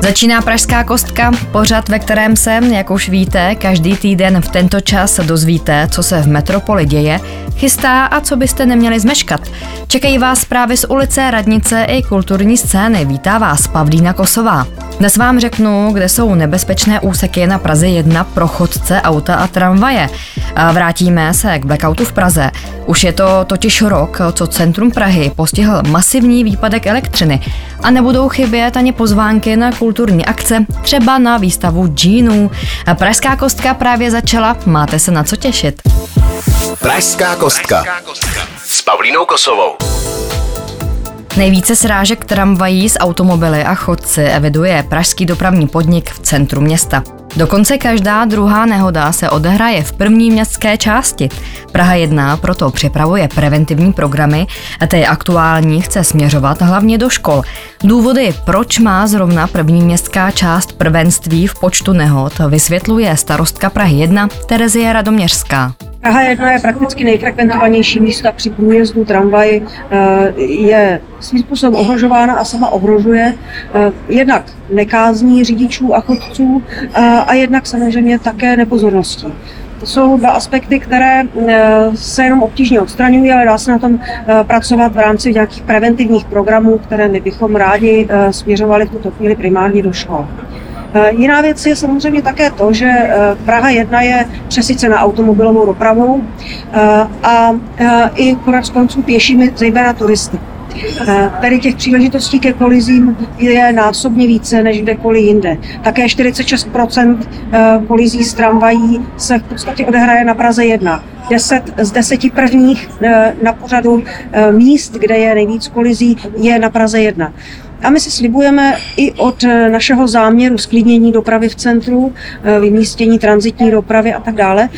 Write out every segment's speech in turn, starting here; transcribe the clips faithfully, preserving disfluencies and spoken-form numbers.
Začíná Pražská kostka, pořad, ve kterém se, jak už víte, každý týden v tento čas dozvíte, co se v metropoli děje, chystá a co byste neměli zmeškat. Čekají vás zprávy z ulice, radnice i kulturní scény. Vítá vás Pavlína Kosová. Dnes vám řeknu, kde jsou nebezpečné úseky na Praze jedna pro chodce, auta a tramvaje. A vrátíme se k blackoutu v Praze. Už je to totiž rok, co centrum Prahy postihl masivní výpadek elektřiny. A nebudou chybět ani pozvánky na kulturní akce, třeba na výstavu džínů. Pražská kostka právě začala, máte se na co těšit. Pražská kostka s Pavlínou Kosovou. Nejvíce srážek tramvají s automobily a chodci eviduje pražský dopravní podnik v centru města. Dokonce každá druhá nehoda se odehraje v první městské části. Praha jedna proto připravuje preventivní programy a ty aktuální chce směřovat hlavně do škol. Důvody, proč má zrovna první městská část prvenství v počtu nehod, vysvětluje starostka Prahy jedna Terezie Radoměřská. Praha jedna je prakticky nejfrekventovanější místo při průjezdu tramvaj, je svým způsobem ohrožována a sama ohrožuje jednak nekázní řidičů a chodců a jednak samozřejmě také nepozorností. To jsou dva aspekty, které se jenom obtížně odstraňují, ale dá se na tom pracovat v rámci nějakých preventivních programů, které my bychom rádi směřovali v tuto chvíli primárně do škol. Jiná věc je samozřejmě také to, že Praha jedna je přesycena automobilovou dopravou a i konec konců pěšími, zejména turisty. Tady těch příležitostí ke kolizím je násobně více než kdekoliv jinde. Také čtyřicet šest procent kolizí s tramvají se v podstatě odehraje na Praze jedna. deset z deseti prvních na pořadu míst, kde je nejvíc kolizí, je na Praze jedna. A my si slibujeme i od našeho záměru zklidnění dopravy v centru, vymístění tranzitní dopravy a tak dále,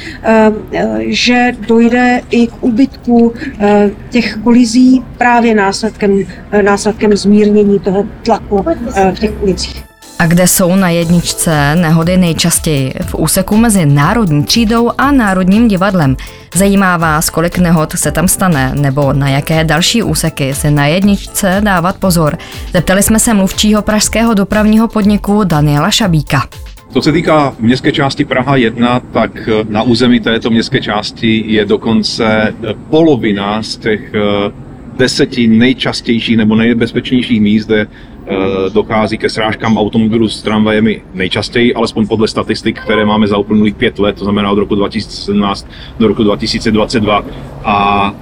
že dojde i k úbytku těch kolizí právě následkem, následkem zmírnění toho tlaku v těch ulicích. A kde jsou na jedničce nehody nejčastěji? V úseku mezi Národní třídou a Národním divadlem. Zajímá vás, kolik nehod se tam stane, nebo na jaké další úseky se na jedničce dávat pozor? Zeptali jsme se mluvčího pražského dopravního podniku Daniela Šabíka. Co se týká městské části Praha jedna, tak na území této městské části je dokonce polovina z těch deseti nejčastějších nebo nejbezpečnějších míst, kde dochází ke srážkám automobilů s tramvajemi nejčastěji, alespoň podle statistik, které máme za uplynulých pět let, to znamená od roku dva tisíce sedmnáct do roku dva tisíce dvacet dva. A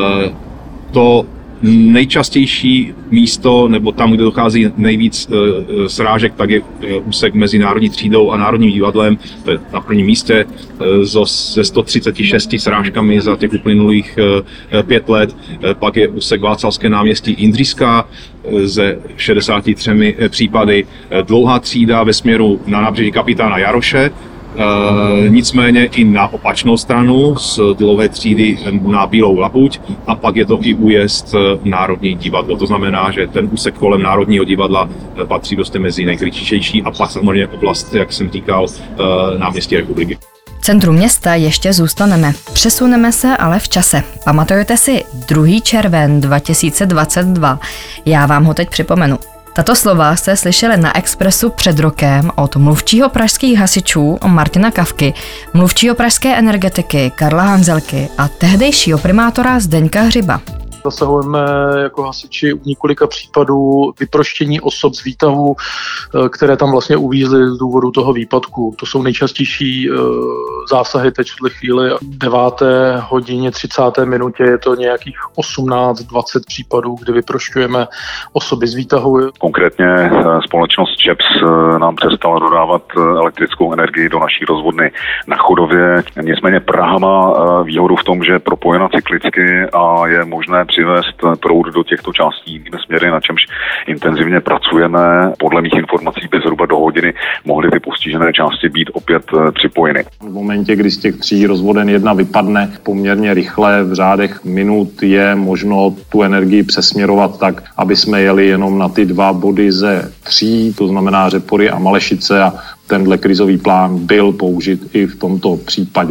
to nejčastější místo, nebo tam, kde dochází nejvíc e, srážek, tak je úsek mezi Národní třídou a Národním divadlem. To je na prvním místě e, se sto třicet šest srážkami za těch uplynulých e, pět let. E, pak je úsek Václavské náměstí Jindřišská e, ze šedesáti třemi e, případy. E, dlouhá třída ve směru na nábřeží Kapitána Jaroše. E, nicméně i na opačnou stranu z dlouhé třídy na Bílou Labuť a pak je to i újezd Národní divadlo. To znamená, že ten úsek kolem Národního divadla patří dost mezi nejkritičtější a pak samozřejmě oblast, jak jsem říkal, náměstí Republiky. V centru města ještě zůstaneme. Přesuneme se ale v čase. Pamatujete si druhý červen dva tisíce dvacet dva? Já vám ho teď připomenu. Tato slova jste slyšeli na Expressu před rokem od mluvčího pražských hasičů Martina Kavky, mluvčího pražské energetiky Karla Hanzelky a tehdejšího primátora Zdeňka Hřiba. Zasahujeme jako hasiči u několika případů vyproštění osob z výtahu, které tam vlastně uvízly z důvodu toho výpadku. To jsou nejčastější zásahy teď v tuhle chvíli. V deváté hodině třicáté minutě je to nějakých osmnáct dvacet případů, kdy vyprošťujeme osoby z výtahu. Konkrétně společnost ČEPS nám přestala dodávat elektrickou energii do naší rozvodny na Chodově. Nicméně Praha má výhodu v tom, že je propojena cyklicky a je možné přivést proud do těchto částí směry, na čemž intenzivně pracujeme. Podle mých informací by zhruba do hodiny mohly ty postižené části být opět připojeny. V momentě, kdy z těch tří rozvoden jedna vypadne poměrně rychle, v řádech minut je možno tu energii přesměrovat tak, aby jsme jeli jenom na ty dva body ze tří, to znamená Řepory a Malešice, a tenhle krizový plán byl použit i v tomto případě.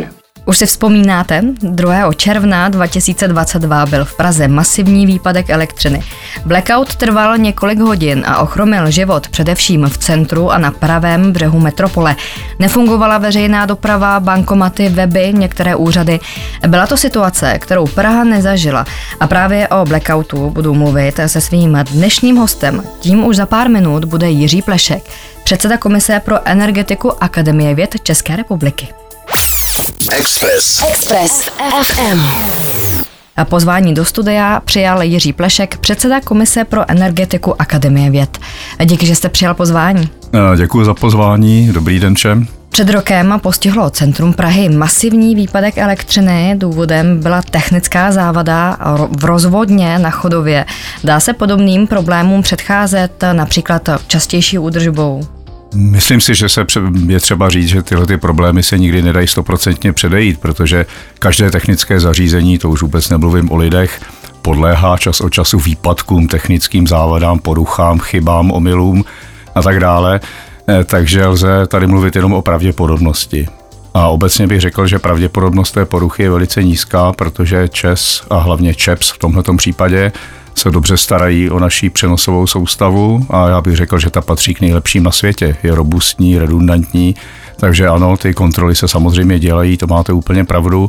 Už si vzpomínáte, druhého června dva tisíce dvacet dva byl v Praze masivní výpadek elektřiny. Blackout trval několik hodin a ochromil život především v centru a na pravém břehu metropole. Nefungovala veřejná doprava, bankomaty, weby, některé úřady. Byla to situace, kterou Praha nezažila. A právě o blackoutu budu mluvit se svým dnešním hostem. Tím už za pár minut bude Jiří Plešek, předseda Komise pro energetiku Akademie věd České republiky. Express. Express F M. A pozvání do studia přijal Jiří Plešek, předseda Komise pro energetiku Akademie věd. Díky, že jste přijal pozvání. Děkuji za pozvání, dobrý den všem. Před rokem postihlo centrum Prahy masivní výpadek elektřiny, důvodem byla technická závada v rozvodně na Chodově. Dá se podobným problémům předcházet například častější údržbou? Myslím si, že se je třeba říct, že tyhle ty problémy se nikdy nedají stoprocentně předejít, protože každé technické zařízení, to už vůbec nemluvím o lidech, podléhá čas od času výpadkům, technickým závadám, poruchám, chybám, omylům a tak dále. Takže lze tady mluvit jenom o pravděpodobnosti. A obecně bych řekl, že pravděpodobnost té poruchy je velice nízká, protože ČEZ a hlavně ČEPS v tomhletom případě se dobře starají o naší přenosovou soustavu a já bych řekl, že ta patří k nejlepším na světě. Je robustní, redundantní, takže ano, ty kontroly se samozřejmě dělají, to máte úplně pravdu.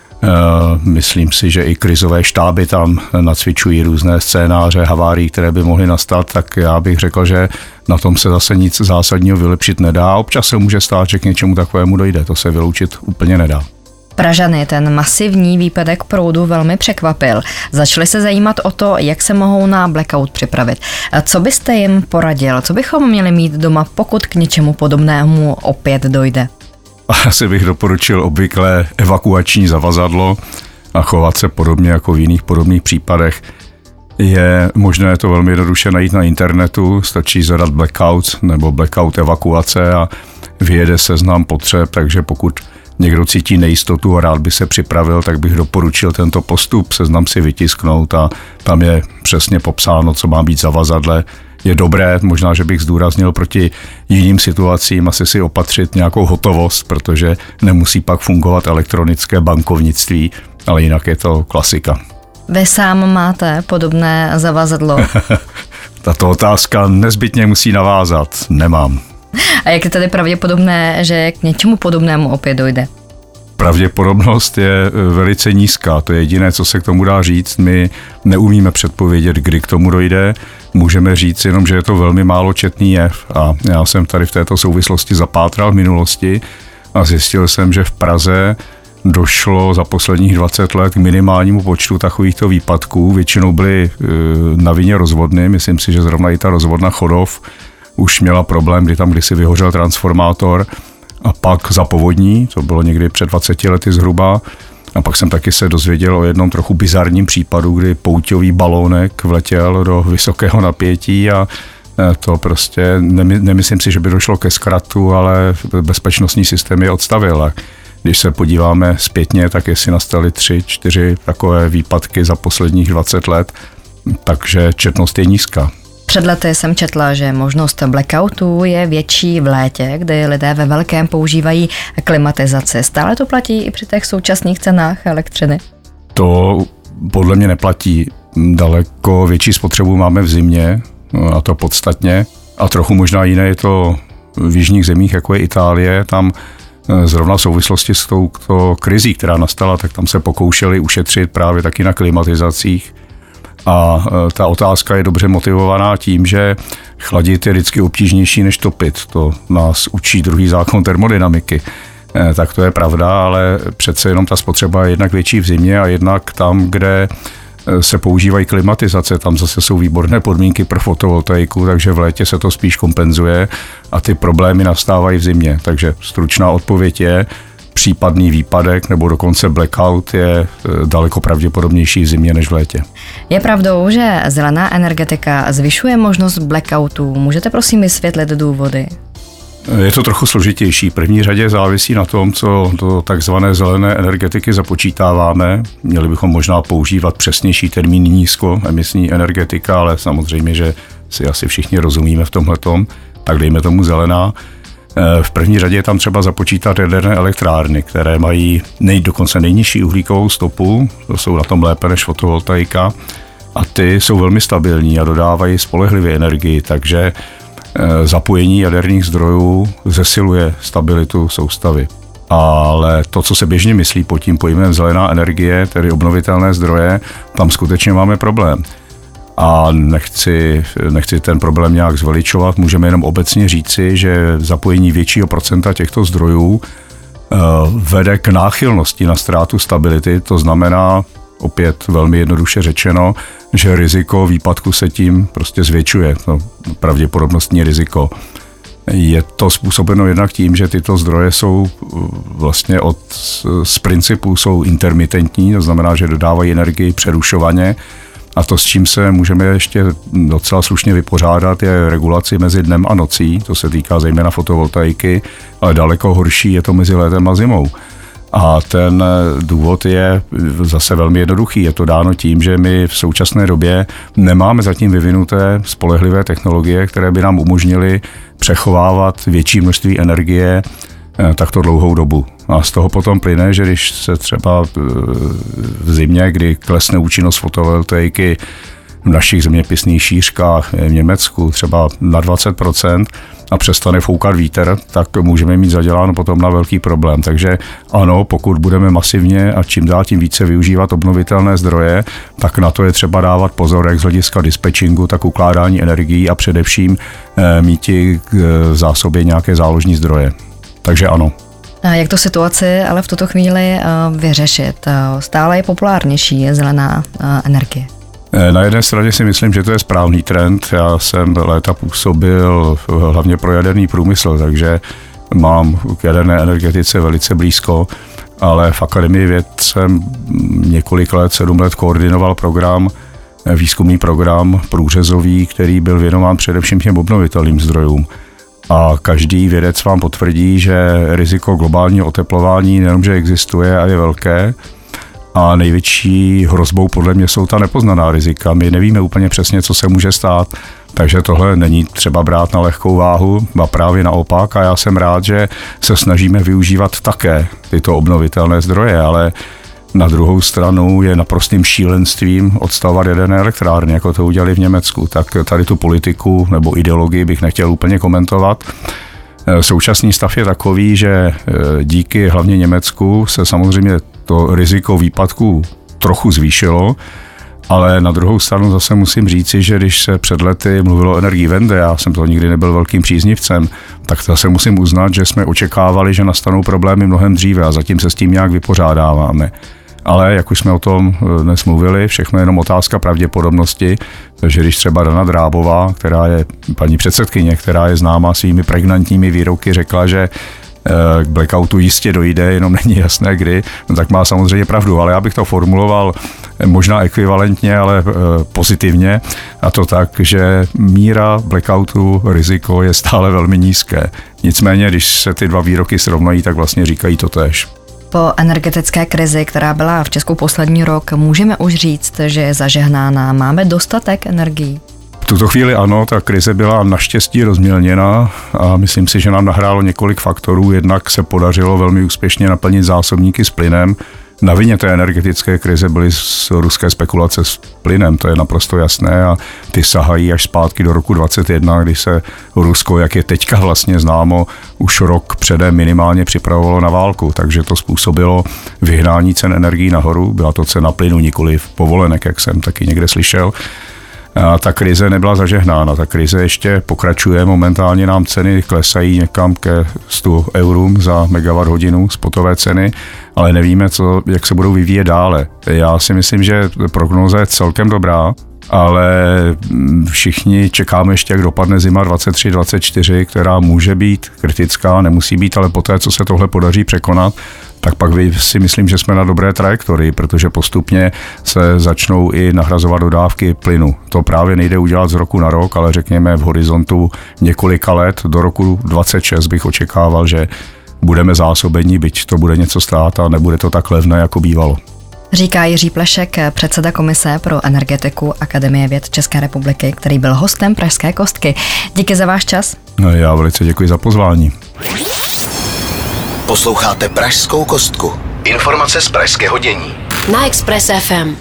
Myslím si, že i krizové štáby tam nacvičují různé scénáře havárií, které by mohly nastat, tak já bych řekl, že na tom se zase nic zásadního vylepšit nedá. Občas se může stát, že k něčemu takovému dojde, to se vyloučit úplně nedá. Pražany ten masivní výpadek proudu velmi překvapil. Začali se zajímat o to, jak se mohou na blackout připravit. Co byste jim poradil? Co bychom měli mít doma, pokud k něčemu podobnému opět dojde? Asi bych doporučil obvyklé evakuační zavazadlo a chovat se podobně jako v jiných podobných případech. Je možné to velmi jednoduše najít na internetu, stačí zadat blackout nebo blackout evakuace a vyjede seznam potřeb, takže pokud někdo cítí nejistotu a rád by se připravil, tak bych doporučil tento postup, seznam si vytisknout a tam je přesně popsáno, co má být v zavazadle. Je dobré, možná, že bych zdůraznil proti jiným situacím asi si opatřit nějakou hotovost, protože nemusí pak fungovat elektronické bankovnictví, ale jinak je to klasika. Vy sám máte podobné zavazadlo? Tato otázka nezbytně musí navázat. Nemám. A jak je tedy pravděpodobné, že k něčemu podobnému opět dojde? Pravděpodobnost je velice nízká, to je jediné, co se k tomu dá říct. My neumíme předpovědět, kdy k tomu dojde. Můžeme říct jenom, že je to velmi málo četný jev a já jsem tady v této souvislosti zapátral v minulosti a zjistil jsem, že v Praze došlo za posledních dvacet let k minimálnímu počtu takovýchto výpadků. Většinou byly na vině rozvodny, myslím si, že zrovna i ta rozvodna Chodov už měla problém, kdy tam kdysi vyhořel transformátor a pak za povodní, to bylo někdy před dvaceti lety zhruba, a pak jsem taky se dozvěděl o jednom trochu bizarním případu, kdy pouťový balónek vletěl do vysokého napětí a to prostě, nemyslím si, že by došlo ke zkratu, ale bezpečnostní systém je odstavil. A když se podíváme zpětně, tak jestli nastaly tři, čtyři takové výpadky za posledních dvacet let, takže četnost je nízká. Před lety jsem četla, že možnost blackoutu je větší v létě, kdy lidé ve velkém používají klimatizaci. Stále to platí i při těch současných cenách elektřiny? To podle mě neplatí. Daleko větší spotřebu máme v zimě, a to podstatně. A trochu možná jiné je to v jižních zemích, jako je Itálie. Tam zrovna v souvislosti s touto krizí, která nastala, tak tam se pokoušeli ušetřit právě taky na klimatizacích. A ta otázka je dobře motivovaná tím, že chladit je vždycky obtížnější než topit. To nás učí druhý zákon termodynamiky. Tak to je pravda, ale přece jenom ta spotřeba je jednak větší v zimě a jednak tam, kde se používají klimatizace, tam zase jsou výborné podmínky pro fotovoltaiku, takže v létě se to spíš kompenzuje a ty problémy nastávají v zimě. Takže stručná odpověď je, případný výpadek nebo dokonce blackout je daleko pravděpodobnější v zimě než v létě. Je pravdou, že zelená energetika zvyšuje možnost blackoutů. Můžete prosím vysvětlit důvody? Je to trochu složitější. V první řadě závisí na tom, co do takzvané zelené energetiky započítáváme. Měli bychom možná používat přesnější termín nízkoemisní energetika, ale samozřejmě, že si asi všichni rozumíme v tomhletom, tak dejme tomu zelená. V první řadě je tam třeba započítat jaderné elektrárny, které mají nej, dokonce nejnižší uhlíkovou stopu, to jsou na tom lépe než fotovoltaika, a ty jsou velmi stabilní a dodávají spolehlivě energii, takže zapojení jaderných zdrojů zesiluje stabilitu soustavy. Ale to, co se běžně myslí pod tím pojmem zelená energie, tedy obnovitelné zdroje, tam skutečně máme problém. A nechci, nechci ten problém nějak zveličovat, můžeme jenom obecně říci, že zapojení většího procenta těchto zdrojů vede k náchylnosti na ztrátu stability, to znamená, opět velmi jednoduše řečeno, že riziko výpadku se tím prostě zvětšuje, no, pravděpodobnostní riziko. Je to způsobeno jednak tím, že tyto zdroje jsou vlastně od, z principu jsou intermitentní, to znamená, že dodávají energii přerušovaně, a to, s čím se můžeme ještě docela slušně vypořádat, je regulaci mezi dnem a nocí, to se týká zejména fotovoltaiky, ale daleko horší je to mezi létem a zimou. A ten důvod je zase velmi jednoduchý. Je to dáno tím, že my v současné době nemáme zatím vyvinuté spolehlivé technologie, které by nám umožnily přechovávat větší množství energie takto dlouhou dobu. A z toho potom plyne, že když se třeba v zimě, kdy klesne účinnost fotovoltaiky v našich zeměpisných šířkách v Německu třeba na dvacet procent a přestane foukat vítr, tak můžeme mít zaděláno potom na velký problém. Takže ano, pokud budeme masivně a čím dál tím více využívat obnovitelné zdroje, tak na to je třeba dávat pozor, jak z hlediska dispečingu, tak ukládání energií a především mít v zásobě nějaké záložní zdroje. Takže ano. Jak to situaci ale v tuto chvíli vyřešit? Stále je populárnější je zelená energie. Na jedné straně si myslím, že to je správný trend. Já jsem léta působil hlavně pro jaderný průmysl, takže mám k jaderné energetice velice blízko, ale v Akademii věd jsem několik let, sedm let koordinoval program, výzkumný program průřezový, který byl věnován především těm obnovitelným zdrojům. A každý vědec vám potvrdí, že riziko globálního oteplování nejenom, že existuje a je velké, a největší hrozbou podle mě jsou ta nepoznaná rizika. My nevíme úplně přesně, co se může stát, takže tohle není třeba brát na lehkou váhu, a právě naopak. A já jsem rád, že se snažíme využívat také tyto obnovitelné zdroje, ale na druhou stranu je naprostým šílenstvím odstavovat jaderné elektrárny, jako to udělali v Německu. Tak tady tu politiku nebo ideologii bych nechtěl úplně komentovat. Současný stav je takový, že díky hlavně Německu se samozřejmě to riziko výpadků trochu zvýšilo, ale na druhou stranu zase musím říci, že když se před lety mluvilo o Energiewende, já jsem to nikdy nebyl velkým příznivcem, tak zase musím uznat, že jsme očekávali, že nastanou problémy mnohem dříve a zatím se s tím nějak vypořádáváme. Ale jak už jsme o tom dnes mluvili, všechno je jenom otázka pravděpodobnosti, takže když třeba Dana Drábová, která je paní předsedkyně, která je známá svými pregnantními výroky, řekla, že k blackoutu jistě dojde, jenom není jasné kdy, no tak má samozřejmě pravdu, ale já bych to formuloval možná ekvivalentně, ale pozitivně, a to tak, že míra blackoutu, riziko je stále velmi nízké. Nicméně, když se ty dva výroky srovnají, tak vlastně říkají to též. Po energetické krizi, která byla v Česku poslední rok, můžeme už říct, že je zažehnána. Máme dostatek energií? V tuto chvíli ano, ta krize byla naštěstí rozmělněna a myslím si, že nám nahrálo několik faktorů. Jednak se podařilo velmi úspěšně naplnit zásobníky s plynem. Na vině té energetické krize byly ruské spekulace s plynem, to je naprosto jasné, a ty sahají až zpátky do roku dvacet jedna, kdy se Rusko, jak je teďka vlastně známo, už rok předem minimálně připravovalo na válku, takže to způsobilo vyhnání cen energií nahoru. Byla to cena plynu, nikoliv povolenek, jak jsem taky někde slyšel. A ta krize nebyla zažehnána, ta krize ještě pokračuje, momentálně nám ceny klesají někam ke sto eurům za megawatt hodinu, spotové ceny, ale nevíme, co, jak se budou vyvíjet dále. Já si myslím, že prognóza je celkem dobrá, ale všichni čekáme ještě, jak dopadne zima dvacet tři dvacet čtyři, která může být kritická, nemusí být, ale poté, co se tohle podaří překonat, tak pak si myslím, že jsme na dobré trajektorii, protože postupně se začnou i nahrazovat dodávky plynu. To právě nejde udělat z roku na rok, ale řekněme v horizontu několika let, do roku dvacet šest bych očekával, že budeme zásobení, byť to bude něco stát a nebude to tak levné, jako bývalo. Říká Jiří Plešek, předseda Komise pro energetiku Akademie věd České republiky, který byl hostem Pražské kostky. Díky za váš čas. No, já velice děkuji za pozvání. Posloucháte Pražskou kostku. Informace z pražského dění. Na Express F M.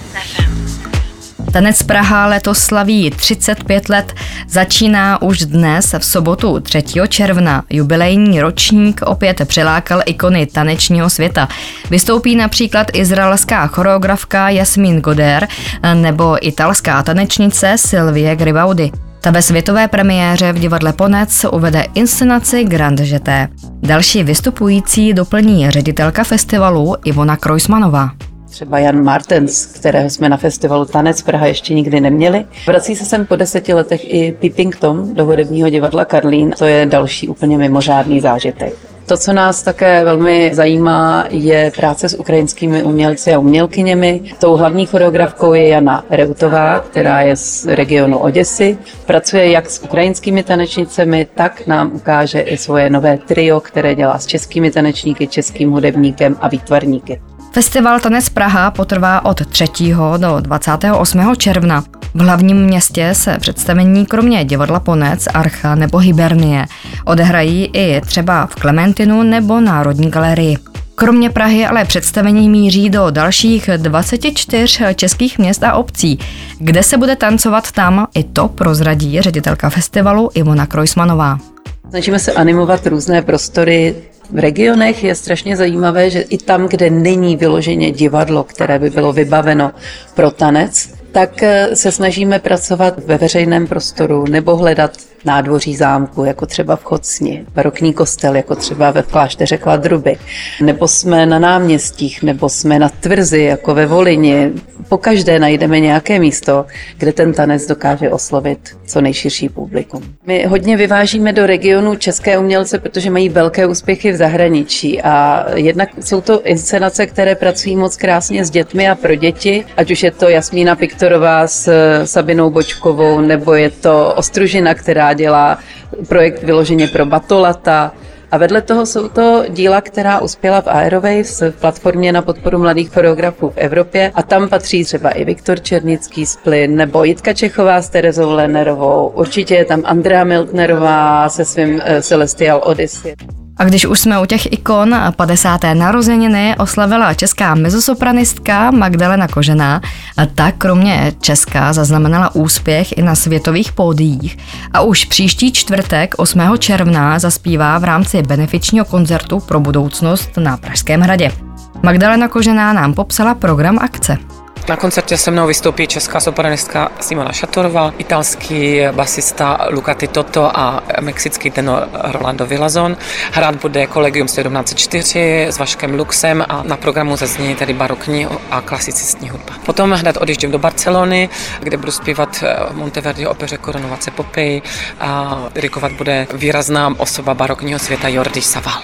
Tanec Praha letos slaví třicet pět let. Začíná už dnes v sobotu třetího června. Jubilejní ročník opět přilákal ikony tanečního světa. Vystoupí například izraelská choreografka Jasmín Goder nebo italská tanečnice Silvie Gribaudi. Ta ve světové premiéře v divadle Ponec uvede inscenaci Grand Jeté. Další vystupující doplní ředitelka festivalu Ivona Krojsmanová. Třeba Jan Martens, kterého jsme na festivalu Tanec Praha ještě nikdy neměli. Vrací se sem po deseti letech i Peeping Tom do hudebního divadla Karlín. To je další úplně mimořádný zážitek. To, co nás také velmi zajímá, je práce s ukrajinskými umělci a umělkyněmi. Tou hlavní choreografkou je Jana Reutová, která je z regionu Oděsy. Pracuje jak s ukrajinskými tanečnicemi, tak nám ukáže i svoje nové trio, které dělá s českými tanečníky, českým hudebníkem a výtvarníky. Festival Tanec Praha potrvá od třetího do dvacátého osmého června. V hlavním městě se představení kromě divadla Ponec, Archa nebo Hibernie odehrají i třeba v Klementinu nebo Národní galerii. Kromě Prahy ale představení míří do dalších dvaceti čtyř českých měst a obcí. Kde se bude tancovat tam, i to prozradí ředitelka festivalu Ivona Krojsmanová. Snažíme se animovat různé prostory. V regionech je strašně zajímavé, že i tam, kde není vyloženě divadlo, které by bylo vybaveno pro tanec, tak se snažíme pracovat ve veřejném prostoru nebo hledat nádvoří zámku, jako třeba v Chocni, barokní kostel, jako třeba ve klášteře Kladruby, nebo jsme na náměstích, nebo jsme na tvrzi, jako ve Volyni. Pokaždé najdeme nějaké místo, kde ten tanec dokáže oslovit co nejširší publikum. My hodně vyvážíme do regionu české umělce, protože mají velké úspěchy v zahraničí a jednak jsou to inscenace, které pracují moc krásně s dětmi a pro děti, ať už je to Jasmína Piktorová s Sabinou Bočkovou, nebo je to Ostružina, která dělá projekt vyloženě pro batolata. A vedle toho jsou to díla, která uspěla v Aerowaves, v platformě na podporu mladých choreografů v Evropě. A tam patří třeba i Viktor Černický z Plyn, nebo Jitka Čechová s Terezou Lernerovou. Určitě je tam Andrea Miltnerová se svým uh, Celestial Odyssey. A když už jsme u těch ikon, padesáté narozeniny oslavila česká mezzosopranistka Magdalena Kožená. A tak kromě Česka zaznamenala úspěch i na světových pódiích. A už příští čtvrtek osmého června zaspívá v rámci benefičního koncertu pro budoucnost na Pražském hradě. Magdalena Kožená nám popsala program akce. Na koncertě se mnou vystoupí česká sopranistka Simona Šatorová, italský basista Luca Titotto a mexický tenor Rolando Villazon. Hrát bude Collegium sedmnáct set čtyři s Vaškem Luxem a na programu zazní tedy barokní a klasicistní hudba. Potom hned odjíždím do Barcelony, kde budu zpívat Monteverdi opeře Korunovace Popej a dirigovat bude výrazná osoba barokního světa Jordi Savall.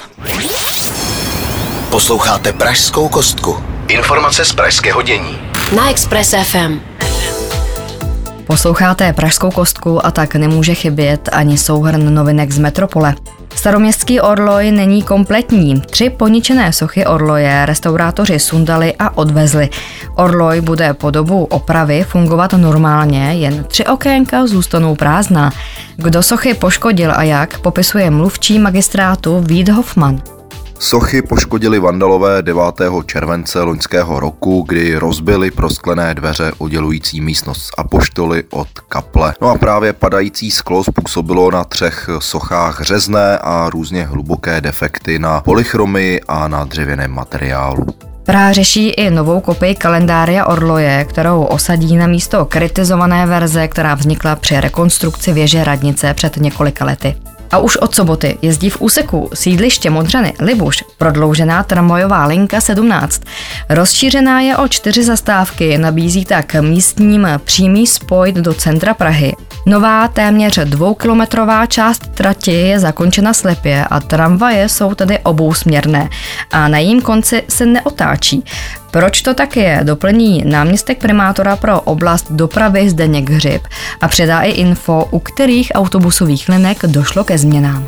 Posloucháte Pražskou kostku. Informace z pražského dění. Na Express F M. Posloucháte Pražskou kostku a tak nemůže chybět ani souhrn novinek z metropole. Staroměstský orloj není kompletní. Tři poničené sochy orloje restaurátoři sundali a odvezli. Orloj bude po dobu opravy fungovat normálně, jen tři okénka zůstanou prázdná. Kdo sochy poškodil a jak, popisuje mluvčí magistrátu Vít Hoffman. Sochy poškodili vandalové devátého července loňského roku, kdy rozbili prosklené dveře oddělující místnost z apoštoly od kaple. No a právě padající sklo způsobilo na třech sochách řezné a různě hluboké defekty na polychromii a na dřevěném materiálu. Praha řeší i novou kopii kalendária orloje, kterou osadí na místo kritizované verze, která vznikla při rekonstrukci věže radnice před několika lety. A už od soboty jezdí v úseku sídliště Modřany Libuš prodloužená tramvajová linka sedmnáct. Rozšířená je o čtyři zastávky, nabízí tak místním přímý spoj do centra Prahy. Nová téměř dvoukilometrová část trati je zakončena slepě a tramvaje jsou tedy obousměrné a na jejím konci se neotáčí. Proč to tak je, doplní náměstek primátora pro oblast dopravy Zdeněk Hřib a předá i info, u kterých autobusových linek došlo ke změnám.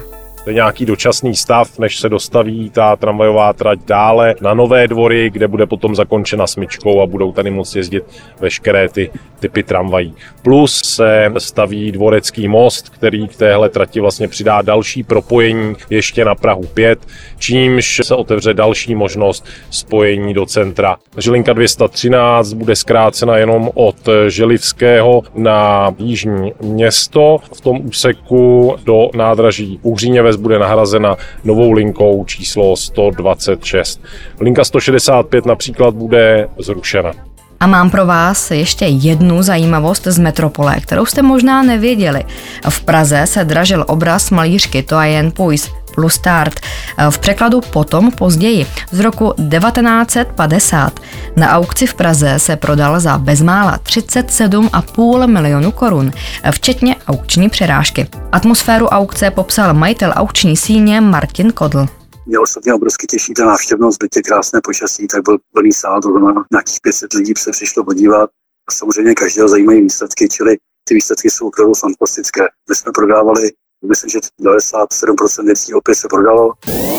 To je nějaký dočasný stav, než se dostaví ta tramvajová trať dále na Nové Dvory, kde bude potom zakončena smyčkou a budou tady moct jezdit veškeré ty typy tramvají. Plus se staví Dvorecký most, který k téhle trati vlastně přidá další propojení ještě na Prahu pět, čímž se otevře další možnost spojení do centra. Žilinka dvě stě třináct bude zkrácena jenom od Želivského na Jižní Město. V tom úseku do nádraží Uhříněves bude nahrazena novou linkou číslo sto dvacet šest. Linka sto šedesát pět například bude zrušena. A mám pro vás ještě jednu zajímavost z metropole, kterou jste možná nevěděli. V Praze se dražil obraz malířky Toyen Puis plus Start. V překladu potom později z roku devatenáct set padesát. Na aukci v Praze se prodal za bezmála třicet sedm a půl milionu korun, včetně aukční přirážky. Atmosféru aukce popsal majitel aukční síně Martin Kodl. Mě osobně obrovsky těší ta návštěvnost, byť je krásné počasí, tak byl plný sál, to znamená nějakých pět set lidí se přišlo podívat. A samozřejmě každého zajímají výsledky, čili ty výsledky jsou opravdu fantastické. My jsme prodávali, myslím, že devadesát sedm procent věcí opět se prodalo.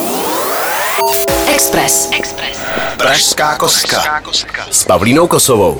Express. Express. Pražská kostka s Pavlínou Kosovou.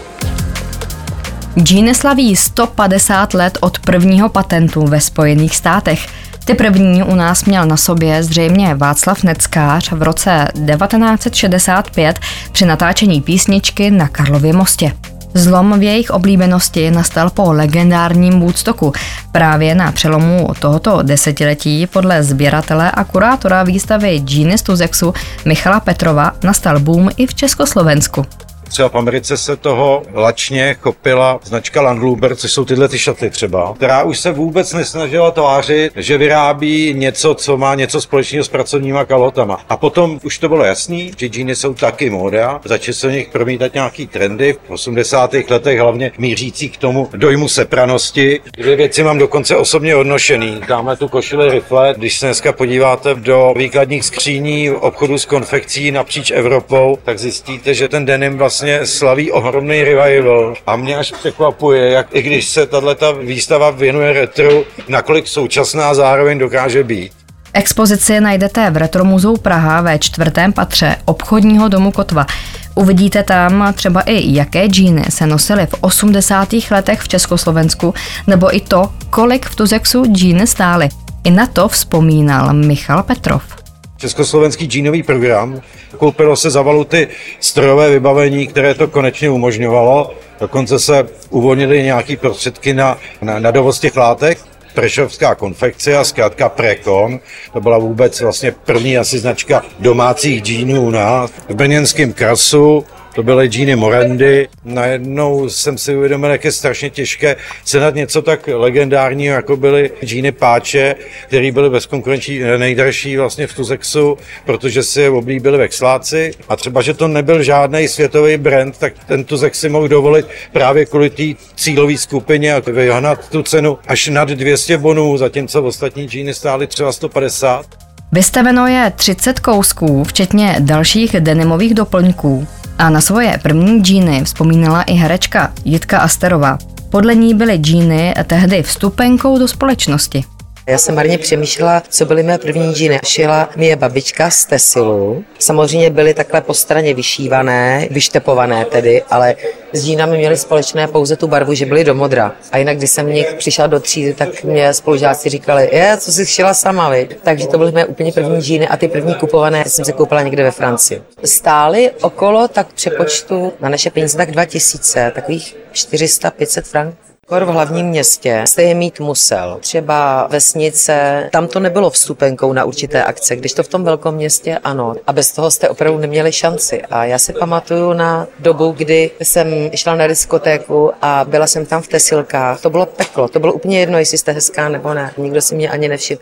Džíny slaví sto padesát let od prvního patentu ve Spojených státech. Ty první u nás měl na sobě zřejmě Václav Neckář v roce devatenáct set šedesát pět při natáčení písničky na Karlově mostě. Zlom v jejich oblíbenosti nastal po legendárním Woodstocku. Právě na přelomu tohoto desetiletí podle sběratele a kurátora výstavy Džíny z Tuzzexu Michala Petrova nastal boom i v Československu. Třeba v Americe se toho lačně chopila značka Landluber, což jsou tyhle ty šaty třeba, která už se vůbec nesnažila tvářit, že vyrábí něco, co má něco společného s pracovníma kalhotama. A potom už to bylo jasný, že džíny jsou taky móda, začaly se v nich promítat nějaký trendy v osmdesátých letech, hlavně mířící k tomu dojmu sepranosti. Dvě věci mám dokonce osobně odnošený. Dáme tu košili rifle, když se dneska podíváte do výkladních skříní obchodu s konfekcí napříč Evropou, tak zjistíte, že ten denim vlastně vlastně slaví ohromný revival a mě až překvapuje, jak i když se tato výstava věnuje retru, nakolik současná zároveň dokáže být. Expozici najdete v Retromuzeu Praha ve čtvrtém patře obchodního domu Kotva. Uvidíte tam třeba i, jaké džíny se nosily v osmdesátých letech v Československu, nebo i to, kolik v Tuzzexu džíny stály. I na to vzpomínal Michal Petrov. Československý džínový program. Koupilo se za valuty strojové vybavení, které to konečně umožňovalo. Dokonce se uvolnily nějaké prostředky na, na, na dovoz těch látek. Prešovská konfekce a zkrátka Prekon. To byla vůbec vlastně první asi značka domácích džínů u nás. V brněnském Krasu to byly džíny Morandy. Najednou jsem si uvědomil, jak je strašně těžké sehnat něco tak legendárního, jako byly džíny Páče, které byly bezkonkurenční nejdražší vlastně v Tuzzexu, protože si je oblíbili vexláci. A třeba, že to nebyl žádný světový brand, tak ten Tuzzex si mohl dovolit právě kvůli té cílové skupině a vyhnat tu cenu až nad dvě stě bonů, zatímco ostatní džíny stály třeba sto padesát. Vystaveno je třicet kousků, včetně dalších denimových doplňků. A na svoje první džíny vzpomínala i herečka Jitka Asterová. Podle ní byly džíny tehdy vstupenkou do společnosti. Já jsem marně přemýšlela, co byly mé první džíny. Šila mi je babička z Tesilu. Samozřejmě byly takhle po straně vyšívané, vyštepované tedy, ale s džínami měly společné pouze tu barvu, že byly do modra. A jinak, když jsem v nich přišla do třídy, tak mě spolužáci říkali, je, co jsi šila sama, vy? Takže to byly mé úplně první džíny a ty první kupované jsem si koupila někde ve Francii. Stály okolo tak přepočtu na naše peníze tak dva tisíce, takových čtyři sta pět set franků. V hlavním městě jste je mít musel. Třeba vesnice, tam to nebylo vstupenkou na určité akce, když to v tom velkom městě ano. A bez toho jste opravdu neměli šanci. A já si pamatuju na dobu, kdy jsem šla na diskotéku a byla jsem tam v Tesilkách. To bylo peklo, to bylo úplně jedno, jestli jste hezká nebo ne. Nikdo si mě ani nevšiml.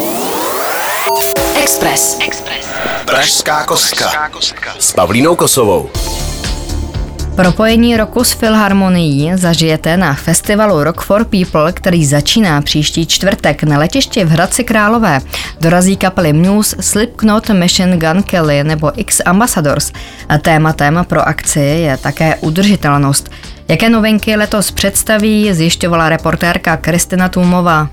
Express. Express. Pražská kostka s Pavlínou Kosovou. Propojení roku s Filharmonií zažijete na festivalu Rock for People, který začíná příští čtvrtek na letišti v Hradci Králové. Dorazí kapely Muse, Slipknot, Machine Gun Kelly nebo X Ambassadors. A tématem pro akci je také udržitelnost. Jaké novinky letos představí, zjišťovala reportérka Kristina Tůmová.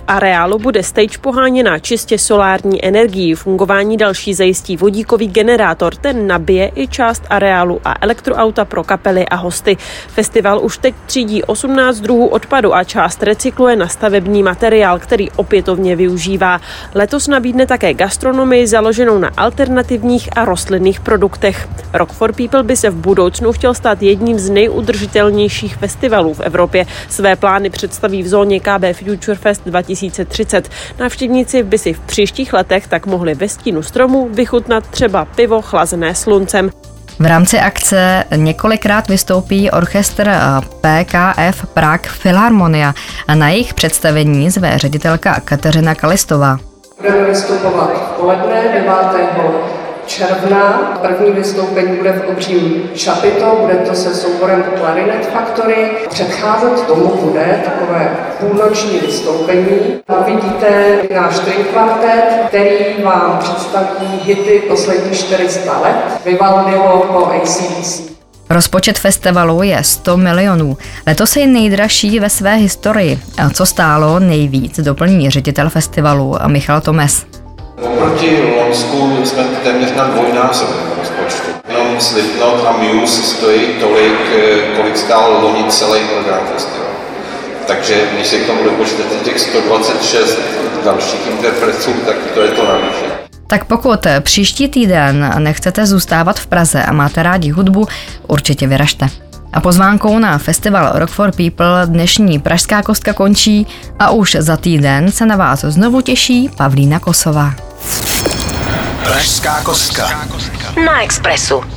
areálu bude stage poháněná čistě solární energií. Fungování další zajistí vodíkový generátor, ten nabije i část areálu a elektroauta pro kapely a hosty. Festival už teď třídí osmnáct druhů odpadu a část recykluje na stavební materiál, který opětovně využívá. Letos nabídne také gastronomii založenou na alternativních a rostlinných produktech. Rock for People by se v budoucnu chtěl stát jedním z nejudržitelnějších festivalů v Evropě. Své plány představí v zóně K B Future Fest dva tisíce třicet. Návštěvníci by si v příštích letech tak mohli ve stínu stromu vychutnat třeba pivo chlazené sluncem. V rámci akce několikrát vystoupí orchestr P K F Prague Philharmonia a na jejich představení zve ředitelka Kateřina Kalistová. Budeme vystupovat v poledne devátého června. První vystoupení bude v obřím Chapiteau, bude to se souborem Clarinet Factory. Předcházet tomu bude takové půlnoční vystoupení. Uvidíte náš string kvartet, který vám představí hity posledních čtyři sta let. Vivaldiho po A C D C. Rozpočet festivalu je sto milionů. Letos je nejdražší ve své historii. A co stálo nejvíc, doplní ředitel festivalu Michal Tomes. Oproti Loňsku jsme téměř na dvojnásobném rozpočtu. Jenom Slipknot a Muse stojí tolik, kolik stál loni celý program festivalu. Takže když si k tomu dopočtete těch sto dvacet šest dalších interpretů, tak to je to navýšení. Tak pokud příští týden nechcete zůstávat v Praze a máte rádi hudbu, určitě vyražte. A pozvánkou na festival Rock for People dnešní Pražská kostka končí a už za týden se na vás znovu těší Pavlína Kosová. Pražská kostka Na Expressu.